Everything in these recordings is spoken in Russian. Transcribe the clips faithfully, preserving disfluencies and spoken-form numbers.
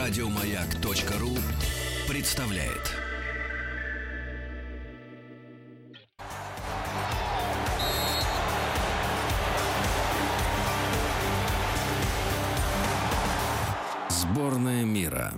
Радиомаяк.ру представляет. Сборная мира.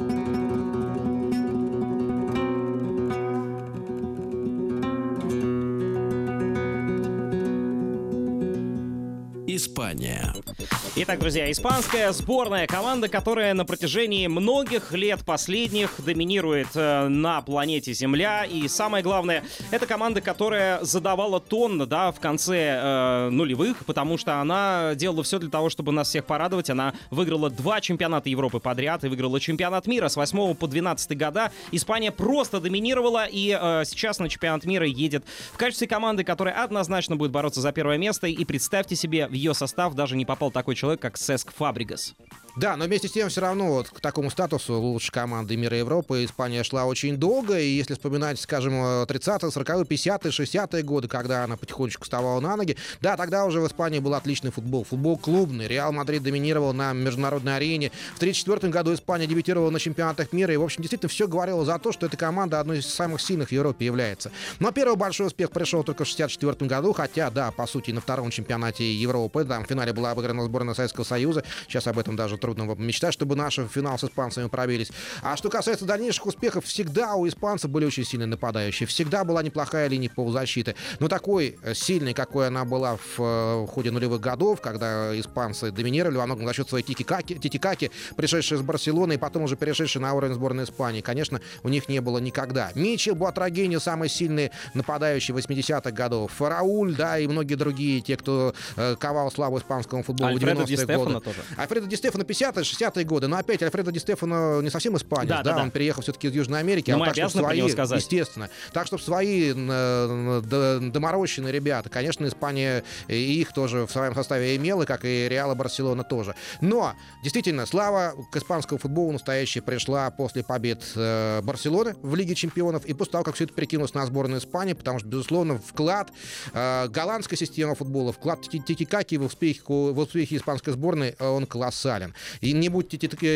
Испания. Итак, друзья, испанская сборная команда, которая на протяжении многих лет последних доминирует э, на планете Земля. И самое главное, это команда, которая задавала тон, да, в конце э, нулевых, потому что она делала все для того, чтобы нас всех порадовать. Она выиграла два чемпионата Европы подряд и выиграла чемпионат мира с восьмого по двенадцатый года. Испания просто доминировала и э, сейчас на чемпионат мира едет в качестве команды, которая однозначно будет бороться за первое место. И представьте себе, в ее состав даже не попал такой человек, как Сеск Фабригас. Да, но вместе с тем все равно вот к такому статусу лучшей команды мира и Европы Испания шла очень долго. И если вспоминать, скажем, тридцатые, сороковые, пятидесятые, шестидесятые годы, когда она потихонечку вставала на ноги, да, тогда уже в Испании был отличный футбол. Футбол клубный. Реал Мадрид доминировал на международной арене. В тридцать четвёртом году Испания дебютировала на чемпионатах мира. И, в общем, действительно все говорило за то, что эта команда одной из самых сильных в Европе является. Но первый большой успех пришел только в шестьдесят четвёртом году. Хотя, да, по сути, на втором чемпионате Европы. Там в финале была обыграна сборная Советского Союза. Сейчас об этом даже трудно мечтать, чтобы наши в финал с испанцами пробились. А что касается дальнейших успехов, всегда у испанцев были очень сильные нападающие. Всегда была неплохая линия полузащиты. Но такой сильной, какой она была в, в ходе нулевых годов, когда испанцы доминировали во многом за счет своей тики-каки, тики-каки, пришедшие из Барселоны и потом уже перешедшие на уровень сборной Испании, конечно, у них не было никогда. Мичел Буатрагеньо, самый сильный нападающий восьмидесятых годов. Рауль, да, и многие другие, те, кто э, ковал славу испанскому футболу в девяностые годы. Тоже. Альфредо Ди Стефано пятидесятые, шестидесятые годы, но опять Альфредо Ди Стефано не совсем испанец, да, да, да, да. Он переехал все-таки из Южной Америки, но а мы так, обязаны свои, про него сказать. Естественно. Так, чтобы свои э, доморощенные ребята, конечно, Испания и их тоже в своем составе имела, как и Реал и Барселона тоже. Но, действительно, слава к испанскому футболу настоящая пришла после побед э, Барселоны в Лиге чемпионов и после того, как все это перекинулось на сборную Испании, потому что, безусловно, вклад э, голландской системы футбола, вклад Тики-Каки в успехи, в успехи испанской сборной, он колоссален. И не будь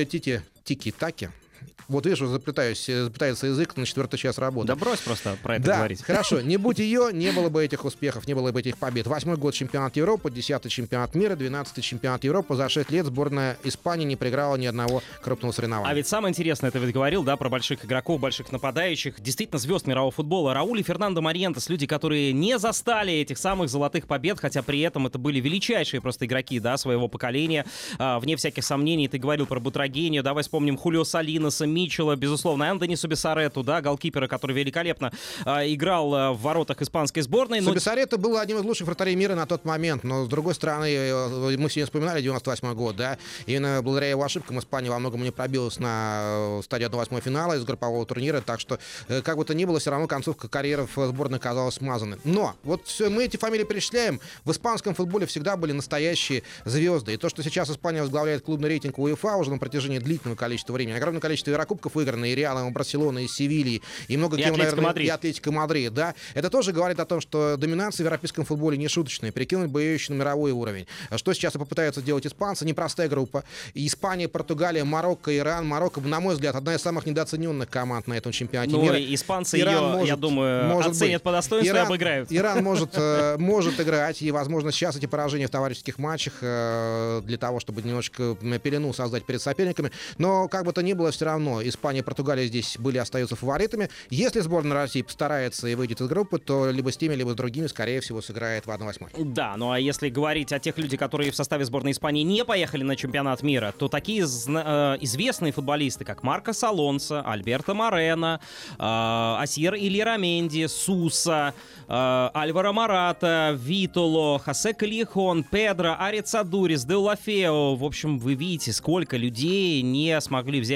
тики-таки, вот видишь, заплетаюсь, заплетается язык на четвертый час работы. Да брось просто про это да, говорить. Хорошо, не будь ее, не было бы этих успехов, не было бы этих побед. Восьмой год чемпионат Европы, десятый чемпионат мира, двенадцатый чемпионат Европы. За шесть лет сборная Испании не проиграла ни одного крупного соревнования. А ведь самое интересное, ты ведь говорил, да, про больших игроков, больших нападающих, действительно звезд мирового футбола. Рауль и Фернандо Морьентес, люди, которые не застали этих самых золотых побед, хотя при этом это были величайшие просто игроки, да, своего поколения. А, вне всяких сомнений, ты говорил про Бутрагеньо, давай вспомним Хулио Салиноса, Мичела, безусловно, Андони Субисарету, да, голкипера, который великолепно э, играл э, в воротах испанской сборной. Но... Субисарету был одним из лучших вратарей мира на тот момент, но, с другой стороны, э, мы сегодня вспоминали девяносто восьмой год, да, именно благодаря его ошибкам Испания во многом не пробилась на стадию одна восьмая финала из группового турнира, так что, э, как бы то ни было, все равно концовка карьеры в сборной казалась смазанной. Но, вот все, мы эти фамилии перечисляем, в испанском футболе всегда были настоящие звезды, и то, что сейчас Испания возглавляет клубный рейтинг УЕФА уже на протяжении длительного количества времени, огромное количество еврокубков выиграно и Реалом, и Барселоной, и Севильей, и много и кем, Атлетико наверное, Мадрид. и Атлетико Мадрид, да. Это тоже говорит о том, что доминация в европейском футболе не шуточная, перекинуть бы ее еще на мировой уровень. Что сейчас и попытаются делать испанцы, непростая группа. Испания, Португалия, Марокко, Иран. Марокко, на мой взгляд, одна из самых недооцененных команд на этом чемпионате ну, мира. Ну, испанцы Иран ее, может, я думаю, может оценят быть. по достоинству Иран, и обыграют. Иран может, э, может играть, и, возможно, сейчас эти поражения в товарищеских матчах э, для того, чтобы немножечко пелену создать перед соперниками. Но, как бы то ни было, все равно Испания и Португалия здесь были, остаются фаворитами. Если сборная России постарается и выйдет из группы, то либо с теми, либо с другими, скорее всего, сыграет в одна восьмой. Да, ну а если говорить о тех людях, которые в составе сборной Испании не поехали на чемпионат мира, то такие э, известные футболисты, как Маркос Алонсо, Альберто Морено, э, Асьер Ильяраменди, Суса, э, Альваро Мората, Витоло, Хосе Кальехон, Педро, Арец Адурис, Деулафео. В общем, вы видите, сколько людей не смогли взять на чемпионат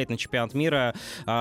чемпионат мира.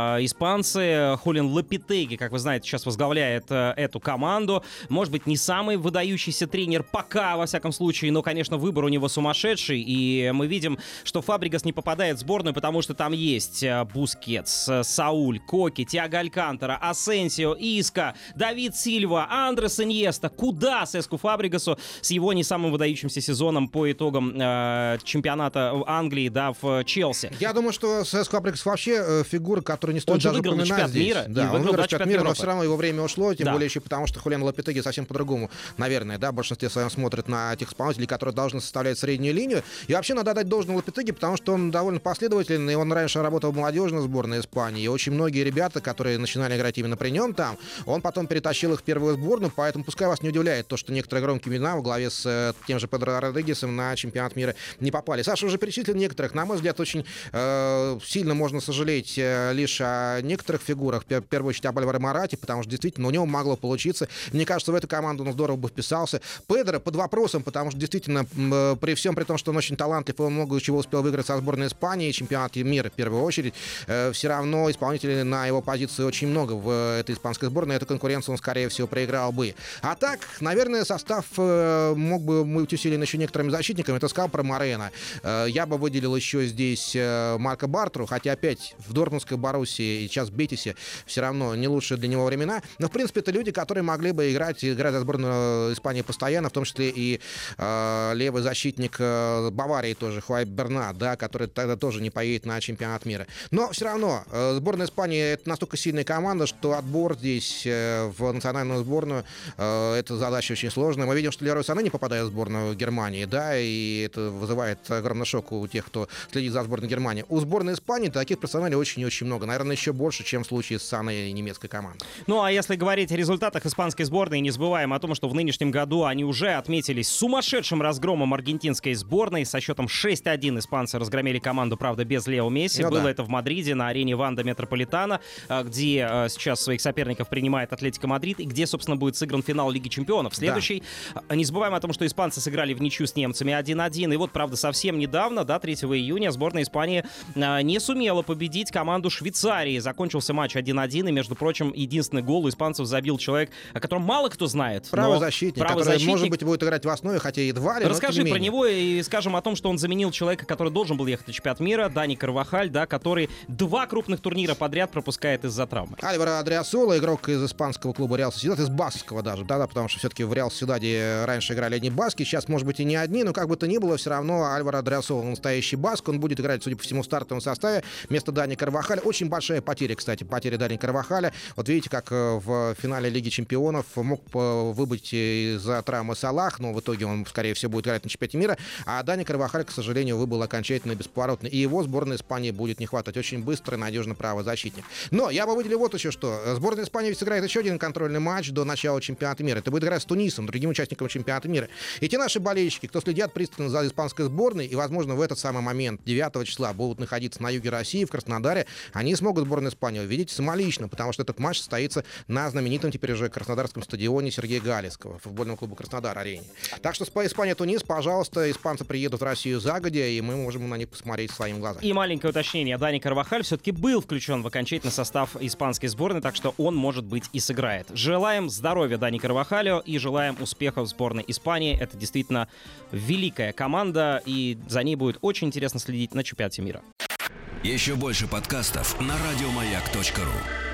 Испанцы, Хулиан Лопетеги, как вы знаете, сейчас возглавляет эту команду. Может быть, не самый выдающийся тренер пока, во всяком случае, но, конечно, выбор у него сумасшедший. И мы видим, что Фабрегас не попадает в сборную, потому что там есть Бускетс, Сауль, Коки, Тиаго Алькантара, Асенсио, Иска, Давид Сильва, Андрес Иньеста. Куда Сеску Фабрегасу с его не самым выдающимся сезоном по итогам э, чемпионата Англии, да, в Челси? Я думаю, что Сеску Фабрегас вообще э, фигура, которую не стоит он же даже выиграл упоминать здесь. Мира, да, он выиграл чемпионат мира, но все равно его время ушло, тем да. более еще потому, что Хулиан Лопетеги совсем по-другому, наверное, да, в большинстве своем смотрят на тех исполнителей, которые должны составлять среднюю линию. И вообще надо отдать должное Лопетеги, потому что он довольно последовательный, он раньше работал в молодежной сборной Испании, и очень многие ребята, которые начинали играть именно при нем там, он потом перетащил их в первую сборную, поэтому пускай вас не удивляет то, что некоторые громкие имена во главе с э, тем же Педро Родригесом на чемпионат мира не попали. Саша уже перечислил некоторых. На мой взгляд, очень э, сильно можно сожалеть э, лишь о некоторых фигурах. В первую очередь об Альваро Морате, потому что действительно у него могло получиться. Мне кажется, в эту команду он здорово бы вписался. Педро под вопросом, потому что действительно э, при всем при том, что он очень талантлив, и он много чего успел выиграть со сборной Испании, чемпионат мира в первую очередь, э, все равно исполнителей на его позиции очень много в этой испанской сборной. Эту конкуренцию он, скорее всего, проиграл бы. А так, наверное, состав э, мог бы быть усилен еще некоторыми защитниками. Это сказал про Морено. Э, я бы выделил еще здесь э, Марко Бартру, хотя опять в Дортмундской Боруссии и сейчас в Бетисе все равно не лучшие для него времена. Но, в принципе, это люди, которые могли бы играть, играть за сборную Испании постоянно, в том числе и э, левый защитник э, Баварии тоже, Хуай Бернат, да, который тогда тоже не поедет на чемпионат мира. Но все равно э, сборная Испании — это настолько сильная команда, что отбор здесь э, в национальную сборную э, это задача очень сложная. Мы видим, что Лерой Сане не попадает в сборную Германии, да, и это вызывает огромный шок у тех, кто следит за сборной Германии. У сборной Испании таких персоналей очень и очень много. Наверное, еще больше, чем в случае с Сане и немецкой командой. Ну, а если говорить о результатах испанской сборной, не забываем о том, что в нынешнем году они уже отметились сумасшедшим разгромом аргентинской сборной. Со счетом шесть один испанцы разгромили команду, правда, без Лео Месси. Ну, Было да. это в Мадриде на арене Ванда Метрополитано, где сейчас своих соперников принимает Атлетико Мадрид, и где, собственно, будет сыгран финал Лиги Чемпионов. Следующий. Да. Не забываем о том, что испанцы сыграли в ничью с немцами один один. И вот, правда, совсем недавно, да, третьего июня, сборная Испании не сумела победить команду Швейцарии. Закончился матч один один, и, между прочим, единственный гол у испанцев забил человек, о котором мало кто знает. Правозащитник, который, может быть, будет играть в основе, хотя едва ли, Расскажи но про него и скажем о том, что он заменил человека, который должен был ехать на чемпионат мира, Дани Карвахаль, да, который два крупных турнира подряд пропускает из-за травмы. Альваро Адриасола, игрок из испанского клуба Реал Сосьедад, из баскского даже, да, да, потому что все-таки в Реал Сосьедаде раньше играли одни баски, сейчас, может быть, и не одни, но как бы то ни было, все равно Альваро Адриасола настоящий баск, он будет играть, судя по всему, в стартовом составе вместо Дани Карвахаля. Очень большая потеря, кстати, потеря Дани Карвахаля. Вот видите, как в финале Лиги Чемпионов мог выбыть из-за травмы Салах, но в итоге он, скорее всего, будет играть на чемпионате мира, а Дани Карвахаль, к сожалению, выбыл окончательно бесповоротно, и его сборной Испании будет не хватать. Очень быстрый, надежный правозащитник. Но я бы выделил вот еще что. Сборная Испании ведь сыграет еще один контрольный матч до начала чемпионата мира. Это будет игра с Тунисом, другим участником чемпионата мира. И те наши болельщики, кто следят пристально за испанской сборной, и, возможно, в этот самый момент, девятого числа, будут находиться на юге России, в Краснодаре, они смогут сборную Испании увидеть самолично, потому что этот матч состоится на знаменитом теперь уже краснодарском стадионе Сергея Галицкого, футбольного клуба «Краснодар-арене». Так что Испания-Тунис, пожалуйста, испанцы приедут в Россию загодя, и мы можем на них посмотреть своим глазом. И маленькое уточнение. Дани Карвахаль все-таки был включен в окончательный состав испанской сборной, так что он, может быть, и сыграет. Желаем здоровья Дани Карвахалю и желаем успехов в сборной Испании. Это действительно великая команда, и за ней будет очень интересно следить на чемпионате мира. Еще больше подкастов на радиомаяк точка ру.